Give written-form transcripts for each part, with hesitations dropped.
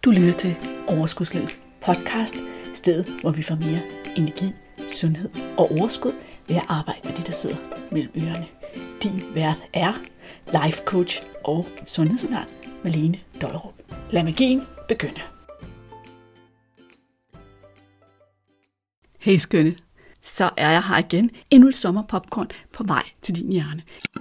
Du lytter til Overskudslivets podcast, stedet hvor vi får mere energi, sundhed og overskud ved at arbejde med det, der sidder mellem ørerne. Din vært er life coach og sundhedsnørd Malene Dollerup. Lad magien begynde. Hey skønne, så er jeg her igen. Endnu et sommerpopcorn på vej til din hjerne.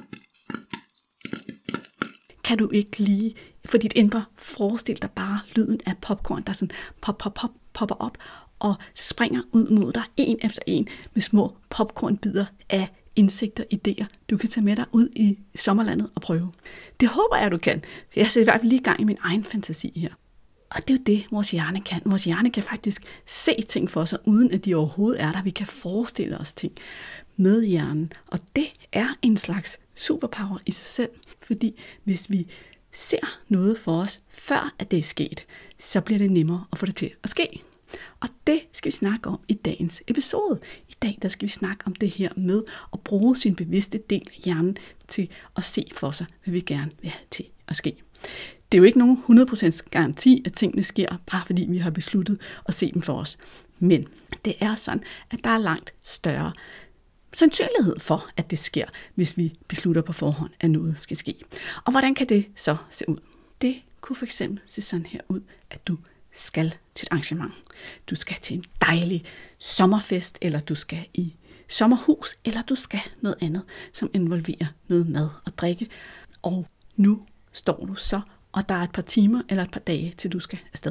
Kan du ikke lige for dit indre forestille dig bare lyden af popcorn, der sådan popper op og springer ud mod dig en efter en med små popcornbidder af indsigter, idéer, du kan tage med dig ud i sommerlandet og prøve. Det håber jeg, du kan. Jeg sætter i hvert fald lige i gang i min egen fantasi her. Og det er jo det, vores hjerne kan. Vores hjerne kan faktisk se ting for sig, uden at de overhovedet er der. Vi kan forestille os ting med hjernen. Og det er en slags superpower i sig selv. Fordi hvis vi ser noget for os, før at det er sket, så bliver det nemmere at få det til at ske. Og det skal vi snakke om i dagens episode. I dag der skal vi snakke om det her med at bruge sin bevidste del af hjernen til at se for sig, hvad vi gerne vil have til at ske. Det er jo ikke nogen 100% garanti, at tingene sker, bare fordi vi har besluttet at se dem for os. Men det er sådan, at der er langt større sandsynlighed for, at det sker, hvis vi beslutter på forhånd, at noget skal ske. Og hvordan kan det så se ud? Det kunne fx se sådan her ud, at du skal til et arrangement. Du skal til en dejlig sommerfest, eller du skal i sommerhus, eller du skal noget andet, som involverer noget mad og drikke. Og nu står du så, og der er et par timer eller et par dage, til du skal afsted.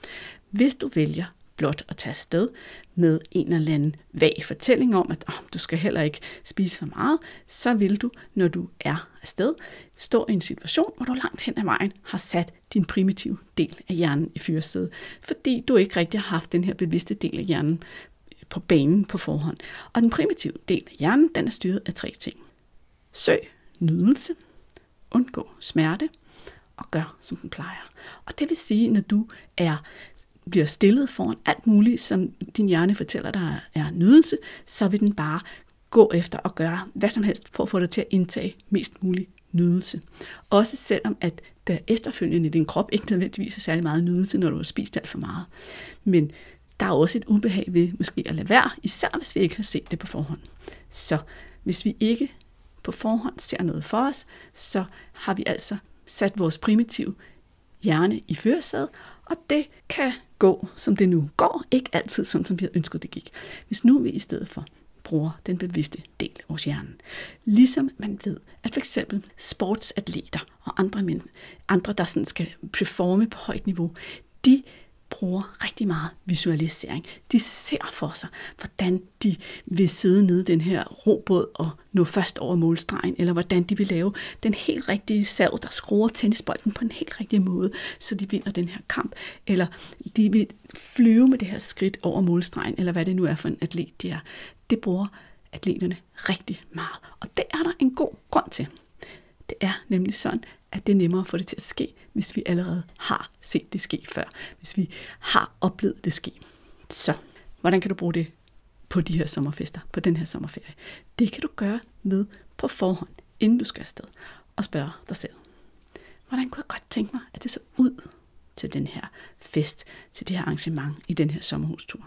Hvis du vælger blot at tage afsted med en eller anden vag fortælling om, at du skal heller ikke spise for meget, så vil du, når du er afsted, stå i en situation, hvor du langt hen ad vejen har sat din primitive del af hjernen i fyrsædet, fordi du ikke rigtig har haft den her bevidste del af hjernen på banen på forhånd. Og den primitive del af hjernen, den er styret af 3 ting. Søg nydelse, undgå smerte og gør, som den plejer. Og det vil sige, når du bliver stillet foran alt muligt, som din hjerne fortæller dig er nydelse, så vil den bare gå efter at gøre hvad som helst for at få dig til at indtage mest mulig nydelse. Også selvom at der efterfølgende i din krop ikke nødvendigvis er særlig meget nydelse, når du har spist alt for meget. Men der er også et ubehag ved måske at lade være, især hvis vi ikke har set det på forhånd. Så hvis vi ikke på forhånd ser noget for os, så har vi altså sat vores primitive hjerne i førersædet, og det kan gå, som det nu går, ikke altid sådan, som vi havde ønsket, det gik. Hvis nu vi i stedet for bruger den bevidste del af vores hjerne, ligesom man ved, at for eksempel sportsatleter og andre der sådan skal performe på højt niveau, de bruger rigtig meget visualisering. De ser for sig, hvordan de vil sidde nede i den her robåd og nå først over målstregen, eller hvordan de vil lave den helt rigtige sav, der skruer tennisbolden på en helt rigtig måde, så de vinder den her kamp, eller de vil flyve med det her skridt over målstregen, eller hvad det nu er for en atlet, de er. Det bruger atleterne rigtig meget, og det er der en god grund til. Det er nemlig sådan, at det er nemmere at få det til at ske, hvis vi allerede har set det ske før. Hvis vi har oplevet det ske. Så, hvordan kan du bruge det på de her sommerfester, på den her sommerferie? Det kan du gøre ved på forhånd, inden du skal afsted, og spørge dig selv. Hvordan kunne jeg godt tænke mig, at det så ud til den her fest, til det her arrangement i den her sommerhustur?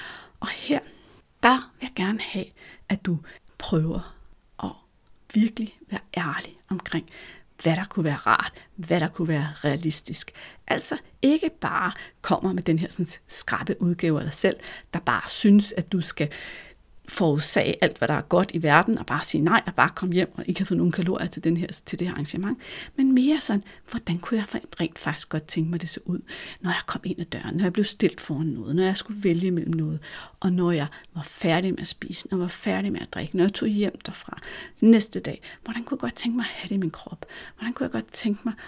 Og her, der vil jeg gerne have, at du prøver at virkelig være ærlig omkring, hvad der kunne være rart, hvad der kunne være realistisk. Altså ikke bare kommer med den her sådan skrappe udgave af dig selv, der bare synes, at du skal forudsage alt, hvad der er godt i verden, og bare sige nej, og bare komme hjem, og ikke have fået nogen kalorier til det her arrangement. Men mere sådan, hvordan kunne jeg rent faktisk godt tænke mig, det så ud, når jeg kom ind ad døren, når jeg blev stillet foran noget, når jeg skulle vælge mellem noget, og når jeg var færdig med at spise, når jeg var færdig med at drikke, når jeg tog hjem derfra næste dag. Hvordan kunne jeg godt tænke mig at have det i min krop? Hvordan kunne jeg godt tænke mig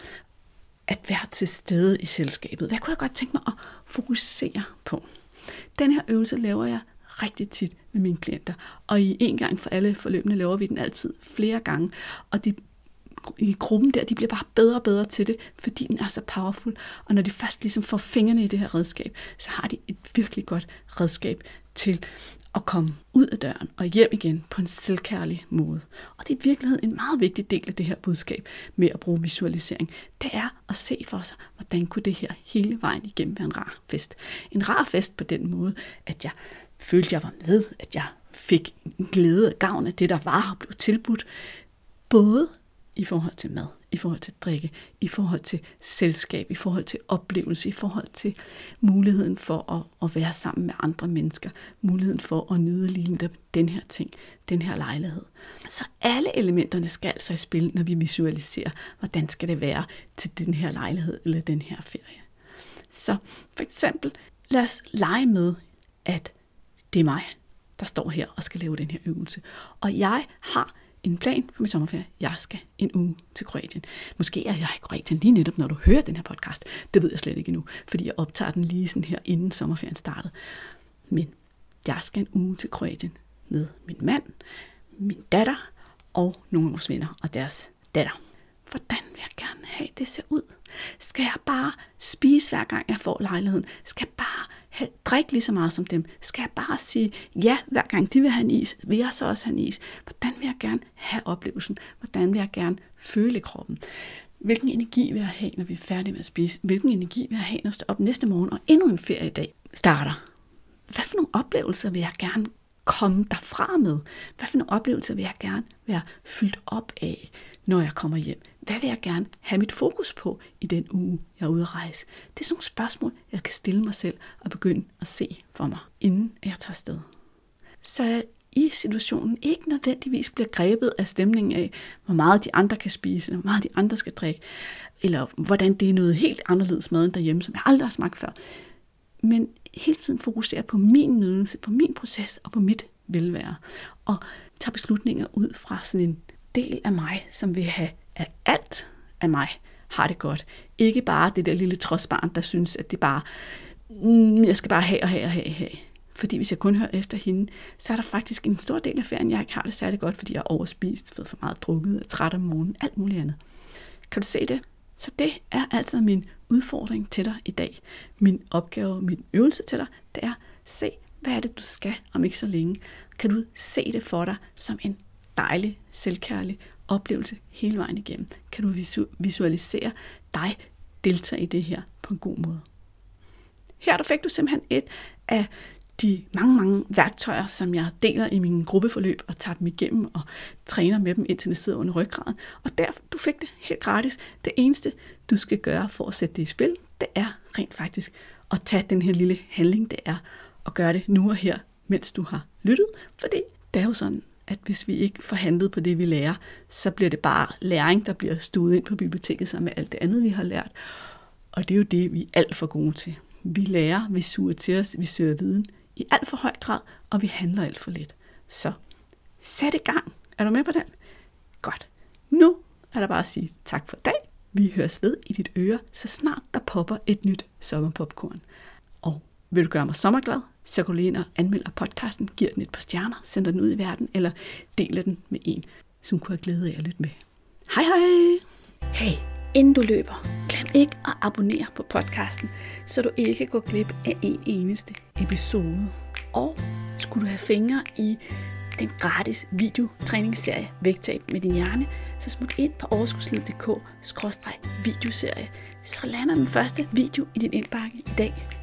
at være til stede i selskabet? Hvad kunne jeg godt tænke mig at fokusere på? Den her øvelse laver jeg rigtig tit med mine klienter, og i en gang for alle forløbene laver vi den altid flere gange, og i gruppen der, de bliver bare bedre og bedre til det, fordi den er så powerful, og når de først ligesom får fingrene i det her redskab, så har de et virkelig godt redskab til at komme ud af døren og hjem igen på en selvkærlig måde. Og det er i virkeligheden en meget vigtig del af det her budskab med at bruge visualisering. Det er at se for sig, hvordan kunne det her hele vejen igennem være en rar fest. En rar fest på den måde, at jeg følte, jeg var med, at jeg fik glæde og gavn af det, der var og blev tilbudt. Både i forhold til mad, i forhold til drikke, i forhold til selskab, i forhold til oplevelse, i forhold til muligheden for at være sammen med andre mennesker, muligheden for at nyde lige den her ting, den her lejlighed. Så alle elementerne skal altså i spil, når vi visualiserer, hvordan skal det være til den her lejlighed eller den her ferie. Så for eksempel, lad os lege med, at det er mig, der står her og skal lave den her øvelse. Og jeg har en plan for min sommerferie. Jeg skal en uge til Kroatien. Måske er jeg i Kroatien lige netop, når du hører den her podcast. Det ved jeg slet ikke endnu, fordi jeg optager den lige sådan her, inden sommerferien startede. Men jeg skal en uge til Kroatien med min mand, min datter og nogle af vores venner og deres datter. Hvordan vil jeg gerne have det ser ud? Skal jeg bare spise hver gang jeg får lejligheden? Skal jeg bare drikke lige så meget som dem? Skal jeg bare sige ja hver gang de vil have en is? Vil jeg så også have en is? Hvordan vil jeg gerne have oplevelsen? Hvordan vil jeg gerne føle kroppen? Hvilken energi vil jeg have, når vi er færdige med at spise? Hvilken energi vil jeg have, når jeg står op næste morgen og endnu en feriedag starter? Hvad for nogle oplevelser vil jeg gerne komme derfra med? Hvad for nogle oplevelser vil jeg gerne være fyldt op af, når jeg kommer hjem? Hvad vil jeg gerne have mit fokus på i den uge, jeg er ude at rejse? Det er sådan nogle spørgsmål, jeg kan stille mig selv og begynde at se for mig, inden jeg tager afsted. Så jeg i situationen ikke nødvendigvis bliver grebet af stemningen af, hvor meget de andre kan spise, eller hvor meget de andre skal drikke, eller hvordan det er noget helt anderledes mad end derhjemme, som jeg aldrig har smagt før. Men hele tiden fokuserer på min nydelse, på min proces og på mit velvære. Og tager beslutninger ud fra sådan en del af mig, som vil have, at alt af mig har det godt. Ikke bare det der lille trodsbarn, der synes, at det bare, jeg skal bare have. Fordi hvis jeg kun hører efter hende, så er der faktisk en stor del af ferien, jeg ikke har det særlig godt, fordi jeg har overspist, fået for meget drukket, er træt om morgenen, alt muligt andet. Kan du se det? Så det er altså min udfordring til dig i dag. Min opgave, min øvelse til dig, det er, se, hvad er det, du skal om ikke så længe. Kan du se det for dig som en dejlig, selvkærlig oplevelse hele vejen igennem? Kan du visualisere dig deltage i det her på en god måde? Her der fik du simpelthen et af de mange værktøjer, som jeg deler i min gruppeforløb og tager dem igennem og træner med dem, indtil det sidder under ryggraden. Og derfor, du fik det helt gratis. Det eneste, du skal gøre for at sætte det i spil, det er rent faktisk at tage den her lille handling, det er at gøre det nu og her, mens du har lyttet. Fordi det er jo sådan, at hvis vi ikke får handlet på det, vi lærer, så bliver det bare læring, der bliver stuet ind på biblioteket sammen med alt det andet, vi har lært. Og det er jo det, vi er alt for gode til. Vi lærer, vi suger til os, vi søger viden i alt for høj grad, og vi handler alt for lidt. Så sæt i gang. Er du med på den? Godt. Nu er der bare at sige tak for i dag. Vi høres ved i dit øre, så snart der popper et nyt sommerpopcorn. Og vil du gøre mig sommerglad, så gå lige ind og anmelder podcasten, giver den et par stjerner, sender den ud i verden, eller deler den med en, som kunne have glæde af at lytte med. Hej hej! Hey, inden du løber, glem ikke at abonnere på podcasten, så du ikke går glip af en eneste episode. Og skulle du have fingre i den gratis videotræningsserie Vægtab med din hjerne, så smut ind på overskudslivet.dk/videoserie, så lander den første video i din indbakke i dag.